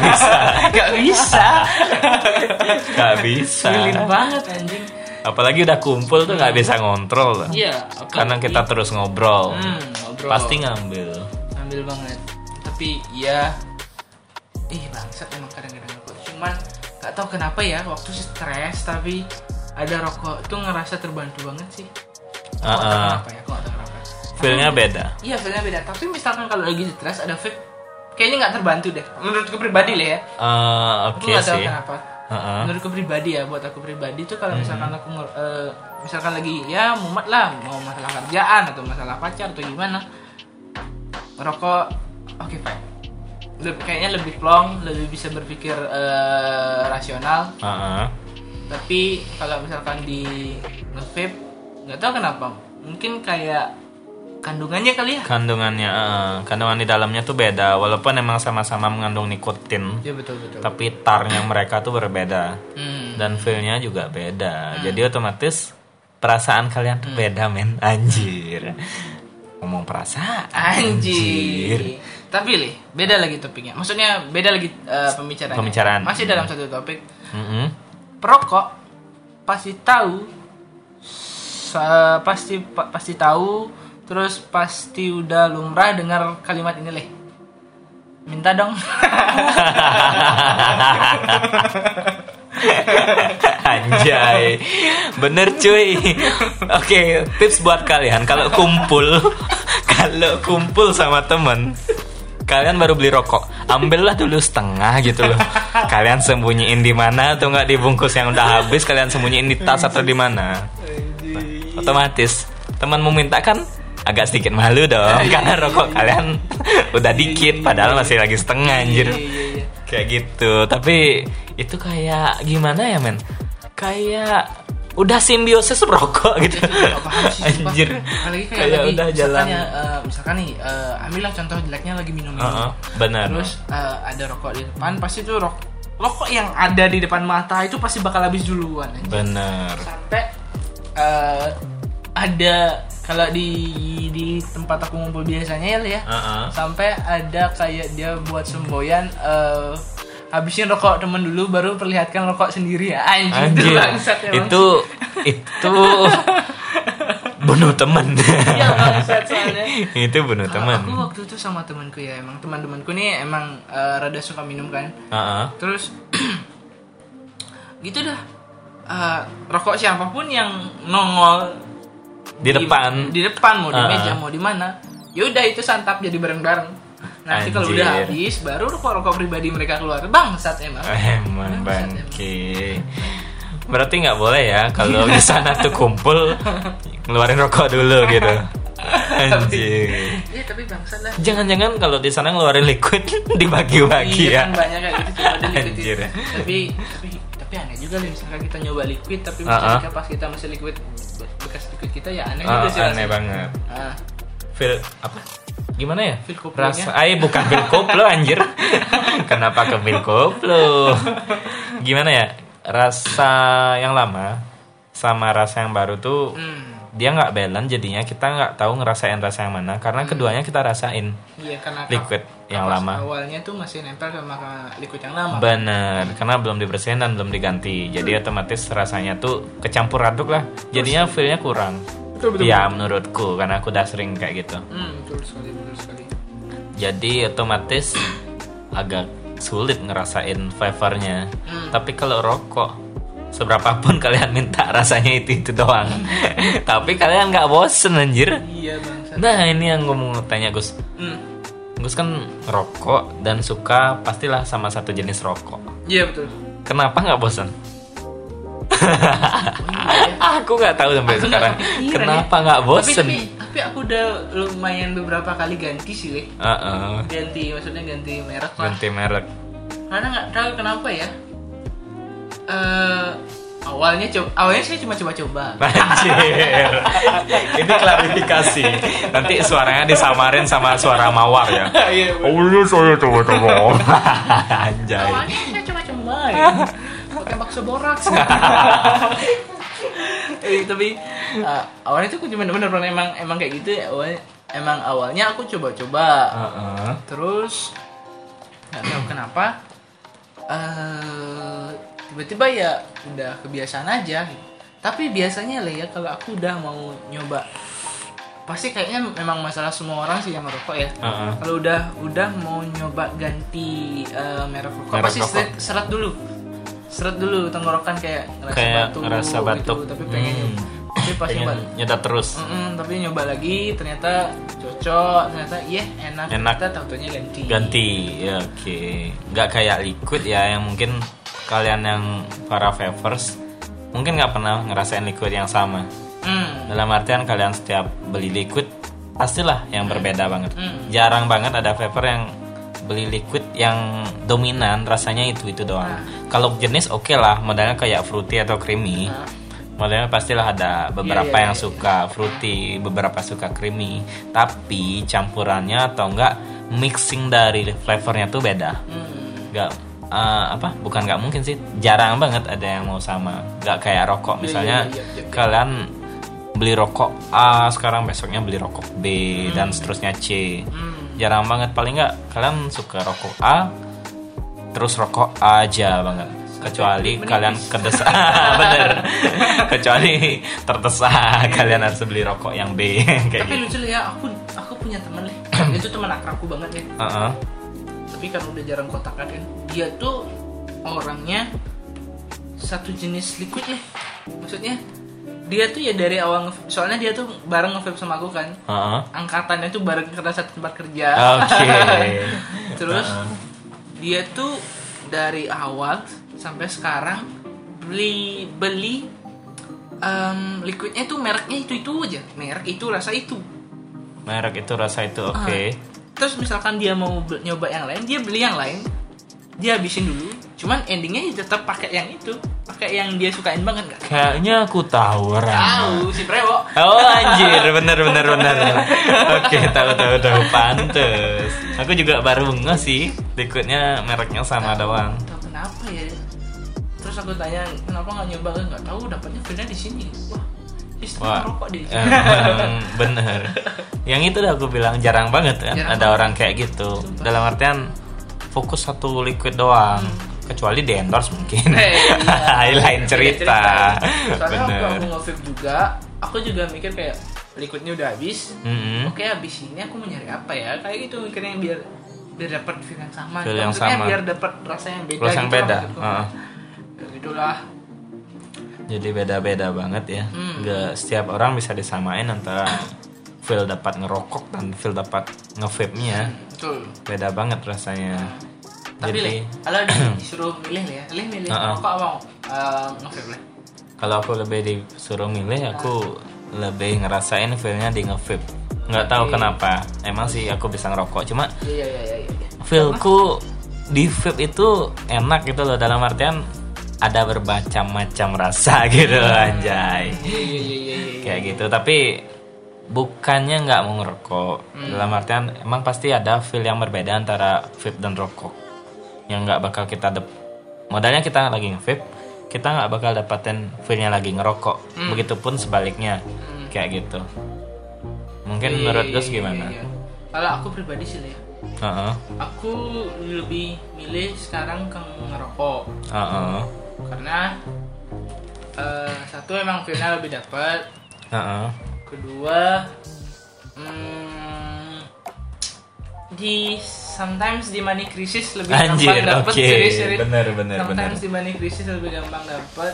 [SPEAKER 1] Sulit banget anjing.
[SPEAKER 2] Apalagi udah kumpul tuh nggak bisa ngontrol.
[SPEAKER 1] Iya.
[SPEAKER 2] Karena kita terus ngobrol. Pasti ngambil
[SPEAKER 1] banget. Tapi ya, bangsat emang kadang-kadang rokok. Cuman nggak tahu kenapa ya waktu stres tapi ada rokok tuh ngerasa terbantu banget sih. Kenapa ya? Kok kenapa?
[SPEAKER 2] Feelnya beda.
[SPEAKER 1] Iya, feelnya beda. Tapi misalkan kalau lagi stres ada vape, kayaknya nggak terbantu deh. Menurutku pribadi lah ya.
[SPEAKER 2] Oke sih. Aku nggak tahu
[SPEAKER 1] kenapa. Menurutku pribadi ya, buat aku pribadi tuh kalau misalkan aku misalkan lagi ya mumet lah, mau masalah kerjaan atau masalah pacar atau gimana, rokok oke fine. Kayaknya lebih plong, lebih bisa berpikir rasional. Tapi kalau misalkan di nge-vape, nggak tahu kenapa, mungkin kayak kandungannya kali ya.
[SPEAKER 2] Kandungan di dalamnya tuh beda, walaupun emang sama-sama mengandung nikotin.
[SPEAKER 1] Iya betul.
[SPEAKER 2] Tapi tarnya mereka tuh berbeda, dan feel-nya juga beda. Jadi otomatis perasaan kalian tuh beda, men. Anjir. Ngomong perasaan.
[SPEAKER 1] Anjir. Tapi Li, beda lagi topiknya. Maksudnya beda lagi pembicaraan. Masih dalam satu topik. Perokok pasti tahu, pasti tahu. Terus pasti udah lumrah dengar kalimat ini leh. Minta dong.
[SPEAKER 2] Anjay. Bener cuy. Oke, tips buat kalian kalau kumpul sama temen, kalian baru beli rokok, ambillah dulu setengah gitu loh. Kalian sembunyiin di mana atau enggak dibungkus yang udah habis, kalian sembunyiin di tas atau di mana. Otomatis temanmu minta kan agak sedikit malu dong, karena rokok kalian udah dikit padahal masih lagi setengah anjir. Kayak gitu. Tapi itu kayak gimana ya men, kayak udah simbiosis rokok gitu. Anjir.
[SPEAKER 1] Kayak udah jalan. Misalkan nih, ambillah contoh jeleknya lagi minum.
[SPEAKER 2] Benar.
[SPEAKER 1] Terus ada rokok di depan, pasti tuh rokok yang ada di depan mata itu pasti bakal habis duluan.
[SPEAKER 2] Benar.
[SPEAKER 1] Sampai ada kalau di tempat aku ngumpul biasanya ya, sampai ada kayak dia buat semboyan, habisin rokok temen dulu baru perlihatkan rokok sendiri ya. Anjir.
[SPEAKER 2] Itu bunuh teman.
[SPEAKER 1] Iya bangsat soalnya.
[SPEAKER 2] Itu bunuh teman.
[SPEAKER 1] Aku waktu itu sama temanku ya, emang teman-temanku nih emang rada suka minum kan. Terus gitu dah. Rokok siapapun yang nongol di depan mau di meja mau di mana, yaudah itu santap jadi bareng-bareng. Nanti kalau udah habis baru rokok pribadi mereka keluar. Bangsat emang
[SPEAKER 2] bangke. Berarti nggak boleh ya kalau di sana tuh kumpul ngeluarin rokok dulu gitu. Anjir.
[SPEAKER 1] Iya tapi bangsat lah.
[SPEAKER 2] Jangan-jangan kalau di sana ngeluarin liquid dibagi-bagi ya.
[SPEAKER 1] Iya kan banyak kayak gitu cuma ada liquid.
[SPEAKER 2] Anjir.
[SPEAKER 1] Tapi aneh juga nih misalkan kita nyoba liquid tapi ketika pas kita masih liquid bekas liquid kita ya aneh juga sih.
[SPEAKER 2] Aneh banget. Feel apa? Gimana ya?
[SPEAKER 1] Feel koplonya.
[SPEAKER 2] Bukan feel koplo anjir. Kenapa ke feel koplo? Gimana ya? Rasa yang lama sama rasa yang baru tuh dia nggak balance, jadinya kita nggak tahu ngerasain rasa yang mana karena keduanya kita rasain.
[SPEAKER 1] Iya, karena
[SPEAKER 2] liquid yang lama
[SPEAKER 1] awalnya tuh masih nempel sama liquid yang lama.
[SPEAKER 2] Bener, karena belum dibersihin dan belum diganti, jadi otomatis rasanya tuh kecampur aduk lah, jadinya feelnya kurang. Betul. Ya menurutku karena aku udah sering kayak gitu.
[SPEAKER 1] Betul sekali.
[SPEAKER 2] Jadi otomatis agak sulit ngerasain flavornya. Tapi kalau rokok seberapapun kalian minta rasanya itu doang. Tapi kalian nggak bosen anjir.
[SPEAKER 1] Iya bang.
[SPEAKER 2] Nah ini yang gue mau tanya Gus. Gus kan rokok dan suka pastilah sama satu jenis rokok.
[SPEAKER 1] Iya betul.
[SPEAKER 2] Kenapa nggak bosen? Aku nggak tahu sampai sekarang. Kenapa nggak bosen?
[SPEAKER 1] Tapi aku udah lumayan beberapa kali ganti sih Le. Ganti merek lah.
[SPEAKER 2] Ganti merek.
[SPEAKER 1] Karena nggak tahu kenapa ya. Awalnya saya cuma coba-coba.
[SPEAKER 2] Anjir. Ini klarifikasi. Nanti suaranya disamarin sama suara Mawar ya.
[SPEAKER 1] Iya.
[SPEAKER 2] Awalnya saya coba-coba. Anjay.
[SPEAKER 1] Awalnya saya coba-coba ya. Pakai bakso boraks. Tapi awalnya itu aku cuma bener-bener emang kayak gitu ya. Awalnya aku coba-coba. Terus nggak tahu kenapa tiba-tiba ya udah kebiasaan aja. Tapi biasanya lah ya kalau aku udah mau nyoba, pasti kayaknya memang masalah semua orang sih yang merokok ya. Kalau udah mau nyoba ganti merek rokok pasti seret dulu tenggorokan kayak
[SPEAKER 2] ngerasa batuk
[SPEAKER 1] gitu. Tapi pengen nyoba, tapi pasti
[SPEAKER 2] nyedot terus.
[SPEAKER 1] Tapi nyoba lagi ternyata cocok, ternyata enak. Kita tahu-taunya ganti
[SPEAKER 2] ya. Oke. Nggak kayak liquid ya, yang mungkin kalian yang para vapers mungkin nggak pernah ngerasain liquid yang sama. Dalam artian kalian setiap beli liquid pastilah yang berbeda banget. Jarang banget ada vapor yang beli liquid yang dominan rasanya itu doang. Kalau jenis oke lah, modelnya kayak fruity atau creamy. Modelnya pastilah ada beberapa yang suka fruity, beberapa suka creamy. Tapi campurannya atau enggak mixing dari flavornya tuh beda. Bukan nggak mungkin sih, jarang banget ada yang mau sama. Nggak kayak rokok misalnya. Kalian beli rokok A, sekarang besoknya beli rokok B dan seterusnya C. Jarang banget, paling nggak kalian suka rokok A terus rokok A aja banget. Kecuali kalian kedesak. Bener. Kecuali terdesak kalian harus beli rokok yang B. Kayak
[SPEAKER 1] tapi
[SPEAKER 2] gitu.
[SPEAKER 1] lucu ya, aku punya temen nih. Itu teman akrabku banget ya. Tapi kan udah jarang kontakan kan. Dia tuh orangnya satu jenis liquid ya. Maksudnya dia tuh ya dari awal soalnya dia tuh bareng nge-vape sama aku kan. Angkatannya tuh bareng karena satu tempat kerja. Terus dia tuh dari awal sampai sekarang beli liquidnya tuh mereknya itu aja. Merek itu rasa itu. Oke. Terus misalkan dia mau nyoba yang lain, dia beli yang lain, dia habisin dulu. Cuman endingnya tetap pakai yang itu, pakai yang dia sukain banget nggak?
[SPEAKER 2] Kayaknya aku tahu orang.
[SPEAKER 1] Tahu si Prewo.
[SPEAKER 2] Oh anjir, bener. Oke, tahu pantes. Aku juga baru nggak sih, liquidnya mereknya sama doang.
[SPEAKER 1] Tahu kenapa ya? Terus aku tanya kenapa nggak nyoba, nggak tahu, dapatnya filenya di sini. Wah, rokok di sini.
[SPEAKER 2] Bener. Yang itu udah aku bilang jarang banget kan, ada orang kayak gitu. Dalam artian fokus satu liquid doang. Kecuali di endorse mungkin. Lain cerita.
[SPEAKER 1] Soalnya waktu aku nge-vape juga, aku juga mikir kayak liquidnya udah habis. Oke, habis ini aku mau nyari apa ya? Kayak gitu mikirnya biar dapat feel yang sama. Maksudnya biar dapat rasa yang beda.
[SPEAKER 2] Yang beda.
[SPEAKER 1] Gitulah.
[SPEAKER 2] Jadi beda-beda banget ya. Gak setiap orang bisa disamain antara feel dapat ngerokok dan feel dapat nge-vape-nya.
[SPEAKER 1] Betul.
[SPEAKER 2] Beda banget rasanya.
[SPEAKER 1] Tapi kalau disuruh milih rokok apa nge-vape lah?
[SPEAKER 2] Kalau aku lebih disuruh milih, aku lebih ngerasain feel-nya di nge-vape. Nggak tahu kenapa. Emang sih aku bisa ngerokok, cuma feel-ku di vape itu enak gitu loh, dalam artian ada bermacam-macam rasa gitu anjay. Kayak gitu, tapi bukannya nggak mau ngerokok. Dalam artian emang pasti ada feel yang berbeda antara vape dan rokok, yang nggak bakal kita modalnya kita lagi nge-vape, kita nggak bakal dapatin feelnya lagi ngerokok. Begitupun sebaliknya, kayak gitu. Mungkin menurut Gus gimana?
[SPEAKER 1] Kalau aku pribadi sih ya, aku lebih milih sekarang ke ngerokok. Karena satu emang feelnya lebih dapat. Kedua, sometimes di money crisis lebih gampang dapat.
[SPEAKER 2] Bener.
[SPEAKER 1] Sometimes di money crisis lebih gampang dapat.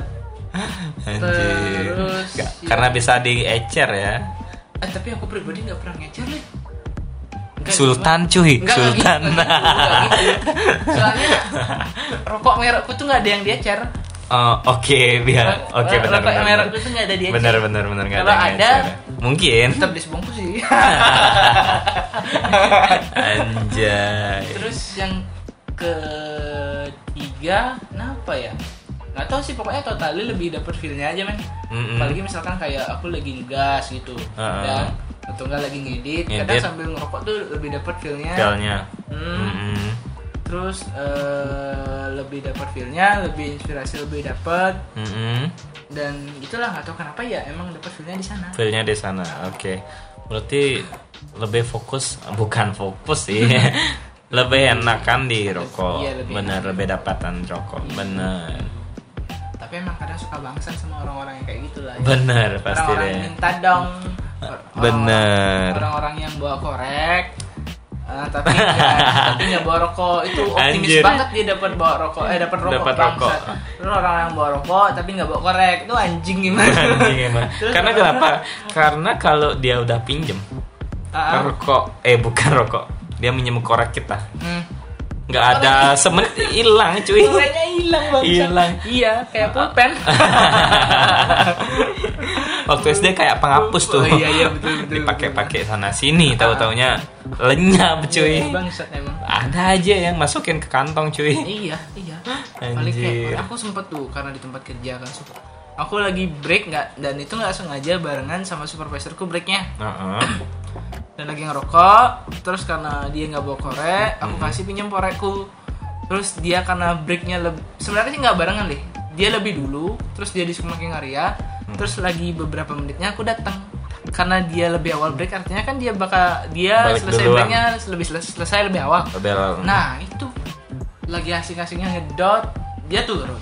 [SPEAKER 2] Terus karena bisa diecer ya.
[SPEAKER 1] Tapi aku pribadi nggak pernah ngecer nih.
[SPEAKER 2] Sultan cuy, Sultan.
[SPEAKER 1] Gitu. Soalnya rokok merekku tuh nggak ada yang diecer.
[SPEAKER 2] Benar.
[SPEAKER 1] Rokok merekku tuh nggak ada diecer.
[SPEAKER 2] Benar.
[SPEAKER 1] Kalau ada,
[SPEAKER 2] mungkin
[SPEAKER 1] tetap disebungkus sih.
[SPEAKER 2] Anjay.
[SPEAKER 1] Terus yang ketiga, kenapa ya? nggak tahu sih, pokoknya totally lebih dapet feel-nya aja men. Apalagi misalkan kayak aku lagi ngegas gitu dan atau enggak lagi ngedit, kadang sambil ngerokok tuh lebih dapet feel-nya. Terus lebih dapet feel-nya, lebih inspirasi lebih dapet. Dan itulah, nggak tahu kenapa ya, emang dapet feel-nya di sana.
[SPEAKER 2] Feel-nya di sana. Oke. Berarti lebih fokus, bukan fokus sih. Lebih enakan di rokok.
[SPEAKER 1] Iya,
[SPEAKER 2] bener, lebih dapatan rokok. Bener.
[SPEAKER 1] Tapi emang kadang suka bangsan sama orang-orang yang kayak gitulah. Ya.
[SPEAKER 2] Bener, pasti
[SPEAKER 1] orang-orang
[SPEAKER 2] deh.
[SPEAKER 1] Minta dong.
[SPEAKER 2] Bener.
[SPEAKER 1] Orang-orang yang bawa korek. Tapi nggak bawa rokok, itu optimis banget dia dapat bawa rokok, dapat rokok. Terus orang yang bawa rokok tapi nggak bawa korek, itu anjing gimana?
[SPEAKER 2] Anjing emang. Karena kenapa? Karena kalau dia udah pinjem rokok, bukan rokok, dia minjem korek kita, nggak ada semenit hilang cuy.
[SPEAKER 1] Koreknya hilang bang.
[SPEAKER 2] Hilang.
[SPEAKER 1] Iya, kayak pulpen.
[SPEAKER 2] Waktu SD kayak penghapus tuh.
[SPEAKER 1] Iya betul.
[SPEAKER 2] Dipakai sana sini, tahu-taunya lenyap cuy.
[SPEAKER 1] Bangsat emang.
[SPEAKER 2] Ada aja yang masukin ke kantong cuy.
[SPEAKER 1] Iya. Paling kayak aku sempet tuh karena di tempat kerja kan aku lagi break dan itu nggak sengaja barengan sama supervisorku breaknya. Dan lagi ngerokok, terus karena dia nggak bawa korek, aku kasih pinjam korekku. Terus dia karena breaknya sebenarnya sih nggak barengan deh. Dia lebih dulu, terus dia di semakin area. Terus lagi beberapa menitnya aku datang. Karena dia lebih awal break, artinya kan dia
[SPEAKER 2] balik
[SPEAKER 1] selesai
[SPEAKER 2] duluan.
[SPEAKER 1] breaknya selesai lebih awal. Nah itu lagi asik-asiknya ngedot, dia turun.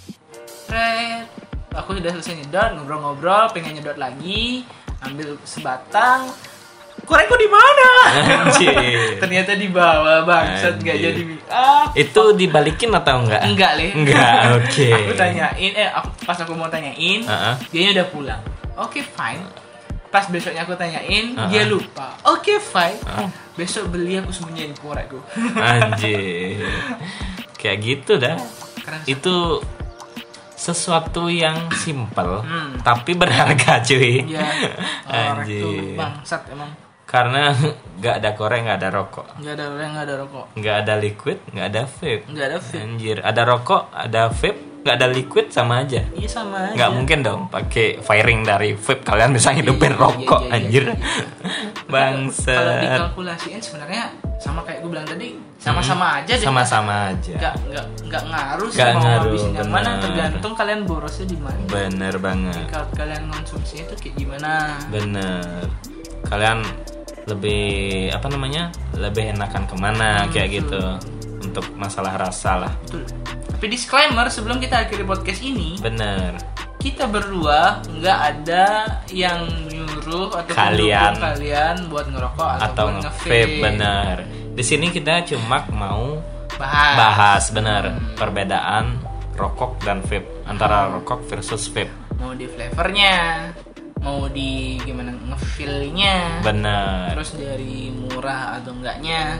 [SPEAKER 1] Aku sudah selesai ngedot, ngobrol-ngobrol, pengen nyedot lagi, ambil sebatang. Korekku di mana?
[SPEAKER 2] Anjir.
[SPEAKER 1] Ternyata di bawah, bangsat, nggak jadi.
[SPEAKER 2] Itu dibalikin atau enggak?
[SPEAKER 1] Enggak, Le.
[SPEAKER 2] Enggak, oke.
[SPEAKER 1] Aku tanyain, pas aku mau tanyain, dianya udah pulang. Oke, fine. Pas besoknya aku tanyain, dia lupa. Oke, fine. Besok beli aku sembunyiin korekku.
[SPEAKER 2] Anjir. Kayak gitu dah. Itu sesuatu yang simple tapi berharga cuy.
[SPEAKER 1] Iya.
[SPEAKER 2] Anjir.
[SPEAKER 1] Bangsat emang.
[SPEAKER 2] Karena nggak ada korek, nggak ada rokok.
[SPEAKER 1] Nggak ada rokok.
[SPEAKER 2] Nggak ada liquid, nggak ada vape.
[SPEAKER 1] Nggak ada vape.
[SPEAKER 2] Anjir, ada rokok, ada vape, nggak ada liquid sama aja.
[SPEAKER 1] Iya sama aja.
[SPEAKER 2] Nggak mungkin dong pakai firing dari vape kalian bisa hidupin rokok, anjir. Bangsat.
[SPEAKER 1] Kalau dikalkulasiin sebenarnya sama kayak gue bilang tadi, sama-sama aja deh.
[SPEAKER 2] Sama-sama aja.
[SPEAKER 1] Nggak ngaruh sih
[SPEAKER 2] Nggak
[SPEAKER 1] mau
[SPEAKER 2] ngaruh,
[SPEAKER 1] ngabisin yang mana,
[SPEAKER 2] bener.
[SPEAKER 1] tergantung kalian borosnya di mana.
[SPEAKER 2] Bener banget.
[SPEAKER 1] Kalau kalian konsumsinya itu kayak gimana?
[SPEAKER 2] Bener. Kalian lebih lebih enakan kemana kayak gitu untuk masalah rasa lah.
[SPEAKER 1] Betul. Tapi disclaimer sebelum kita akhiri podcast ini,
[SPEAKER 2] bener,
[SPEAKER 1] kita berdua nggak ada yang nyuruh atau
[SPEAKER 2] kalian
[SPEAKER 1] buat ngerokok
[SPEAKER 2] atau nge-vape. Bener, di sini kita cuma mau bahas bener perbedaan rokok dan vape, antara rokok versus vape.
[SPEAKER 1] Mau di flavornya, mau di gimana nge-feel-nya.
[SPEAKER 2] Bener.
[SPEAKER 1] Terus dari murah atau enggaknya.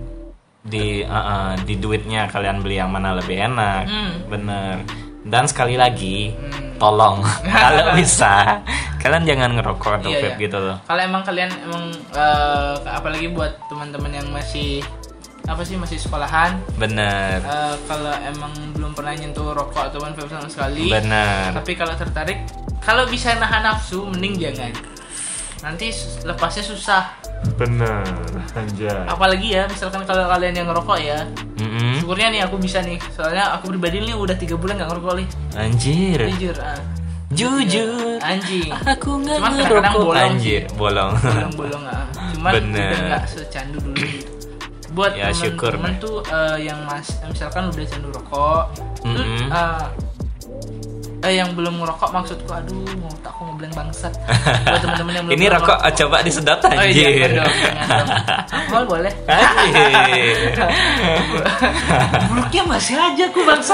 [SPEAKER 2] Di duitnya kalian beli yang mana lebih enak. Bener. Dan sekali lagi tolong kalau bisa kalian jangan ngerokok atau vape gitu loh.
[SPEAKER 1] Kalau emang kalian apalagi buat teman-teman yang masih masih sekolahan.
[SPEAKER 2] Bener.
[SPEAKER 1] Kalau emang belum pernah nyentuh rokok atau vape sama sekali.
[SPEAKER 2] Bener.
[SPEAKER 1] Tapi kalau tertarik, kalau bisa nahan nafsu, mending jangan. Nanti lepasnya susah.
[SPEAKER 2] Bener, anjay.
[SPEAKER 1] Apalagi ya, misalkan kalau kalian yang ngerokok ya. Syukurnya nih aku bisa nih. Soalnya aku pribadi nih udah 3 bulan gak ngerokok nih.
[SPEAKER 2] Anjir. Jujur.
[SPEAKER 1] Anjing.
[SPEAKER 2] Aku gak
[SPEAKER 1] cuman
[SPEAKER 2] ngerokok.
[SPEAKER 1] kadang-kadang bolong.
[SPEAKER 2] Anjir, bolong.
[SPEAKER 1] Bolong Cuman udah gak secandu dulu gitu. Buat
[SPEAKER 2] ya,
[SPEAKER 1] temen-temen tuh yang misalkan udah candu rokok, yang belum ngerokok, maksudku aduh mau tak aku ngebleng bangsat. Buat teman-teman yang belum
[SPEAKER 2] ini rokok coba disedot anjir.
[SPEAKER 1] Alkohol boleh.
[SPEAKER 2] Anjir.
[SPEAKER 1] Buruknya masih aja aku bangsat.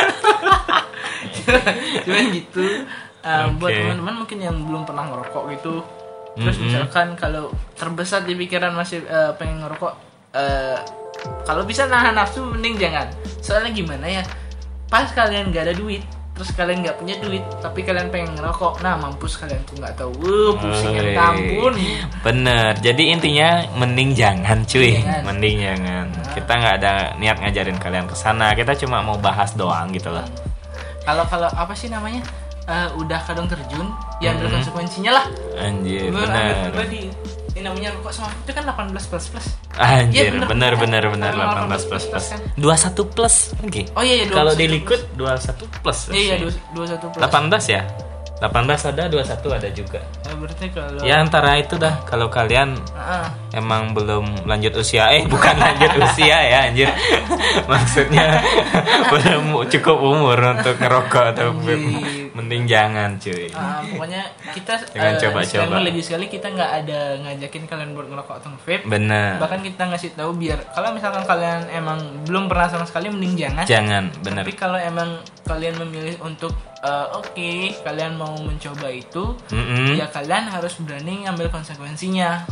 [SPEAKER 1] Cuman gitu. Buat teman-teman mungkin yang belum pernah ngerokok gitu. Terus misalkan kalau terbesit di pikiran masih pengen ngerokok, kalau bisa nahan nafsu mending jangan. Soalnya gimana ya? Pas kalian gak ada duit, terus kalian nggak punya duit tapi kalian pengen ngerokok, nah mampus kalian tuh nggak tahu, pusing ya ampun.
[SPEAKER 2] Bener, jadi intinya mending jangan cuy, mending jangan. Kita nggak ada niat ngajarin kalian ke sana, kita cuma mau bahas doang gitu loh.
[SPEAKER 1] Kalau apa sih namanya? Udah kadang terjun, ya ambil konsekuensinya lah.
[SPEAKER 2] Anjir, benar.
[SPEAKER 1] Ini namanya rokok sama itu kan 18 plus.
[SPEAKER 2] Anjir, ya, benar 18 plus. Kan? 21 plus lagi.
[SPEAKER 1] Oh iya,
[SPEAKER 2] kalau di liquid 21 plus.
[SPEAKER 1] Iya, 21 plus.
[SPEAKER 2] 18 ya? 18 ada, 21 ada juga.
[SPEAKER 1] Berarti kalau
[SPEAKER 2] ya antara itu dah. Kalau kalian emang belum lanjut usia, bukan lanjut usia ya anjir. Maksudnya belum cukup umur untuk ngerokok atau mending jangan cuy.
[SPEAKER 1] Pokoknya kita
[SPEAKER 2] jangan coba-coba.
[SPEAKER 1] Lagi sekali kita nggak ada ngajakin kalian buat ngerokok atau vape.
[SPEAKER 2] Benar.
[SPEAKER 1] Bahkan kita ngasih tahu biar kalau misalkan kalian emang belum pernah sama sekali mending jangan.
[SPEAKER 2] Jangan, benar.
[SPEAKER 1] Tapi kalau emang kalian memilih untuk kalian mau mencoba itu, ya kalian harus berani ngambil konsekuensinya.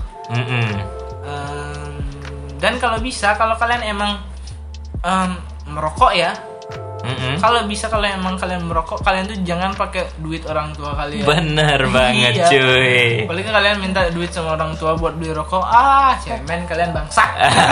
[SPEAKER 1] Dan kalau bisa, kalau kalian emang merokok ya, kalau bisa kalau emang kalian merokok, kalian tuh jangan pakai duit orang tua kalian.
[SPEAKER 2] Bener banget cuy.
[SPEAKER 1] Apalagi kalian minta duit sama orang tua buat beli rokok, cemen kalian bangsat.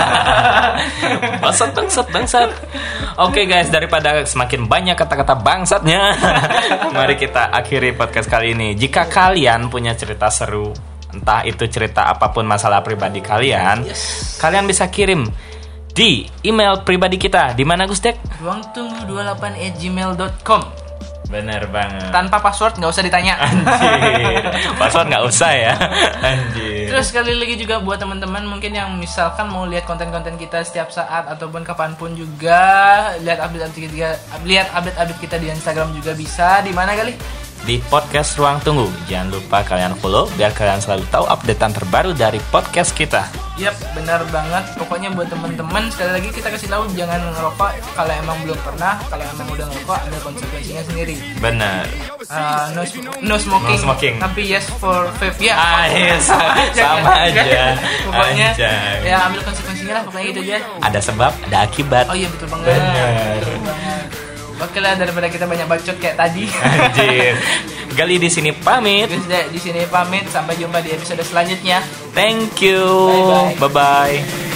[SPEAKER 2] Bangsat. Oke guys, daripada semakin banyak kata-kata bangsatnya, mari kita akhiri podcast kali ini. Jika kalian punya cerita seru, entah itu cerita apapun masalah pribadi kalian, kalian bisa kirim di email pribadi kita. Di mana Gustek?
[SPEAKER 1] ruangtunggu28@gmail.com.
[SPEAKER 2] Bener banget.
[SPEAKER 1] Tanpa password, nggak usah ditanya.
[SPEAKER 2] Anjir. Password nggak usah ya. Anjir.
[SPEAKER 1] Terus sekali lagi juga buat teman-teman mungkin yang misalkan mau lihat konten-konten kita setiap saat ataupun kapanpun juga, lihat update kita di Instagram juga bisa. Di mana kali?
[SPEAKER 2] Di podcast Ruang Tunggu. Jangan lupa kalian follow biar kalian selalu tahu updatean terbaru dari podcast kita.
[SPEAKER 1] Yap, benar banget. Pokoknya buat teman-teman sekali lagi kita kasih tahu jangan ngerokok kalau emang belum pernah. Kalau emang udah ngerokok ada konsekuensinya sendiri.
[SPEAKER 2] Benar.
[SPEAKER 1] No smoking. Tapi yes for vape ya.
[SPEAKER 2] Yes, sama aja.
[SPEAKER 1] Pokoknya ya ambil konsekuensinya lah. Pokoknya itu aja.
[SPEAKER 2] Ada sebab, ada akibat.
[SPEAKER 1] Oh iya betul banget. Betul banget. Oke lah, daripada kita banyak bacot kayak tadi.
[SPEAKER 2] Anjir. Gali di sini pamit.
[SPEAKER 1] Di sini pamit. Sampai jumpa di episode selanjutnya.
[SPEAKER 2] Thank you.
[SPEAKER 1] Bye bye.
[SPEAKER 2] Bye bye.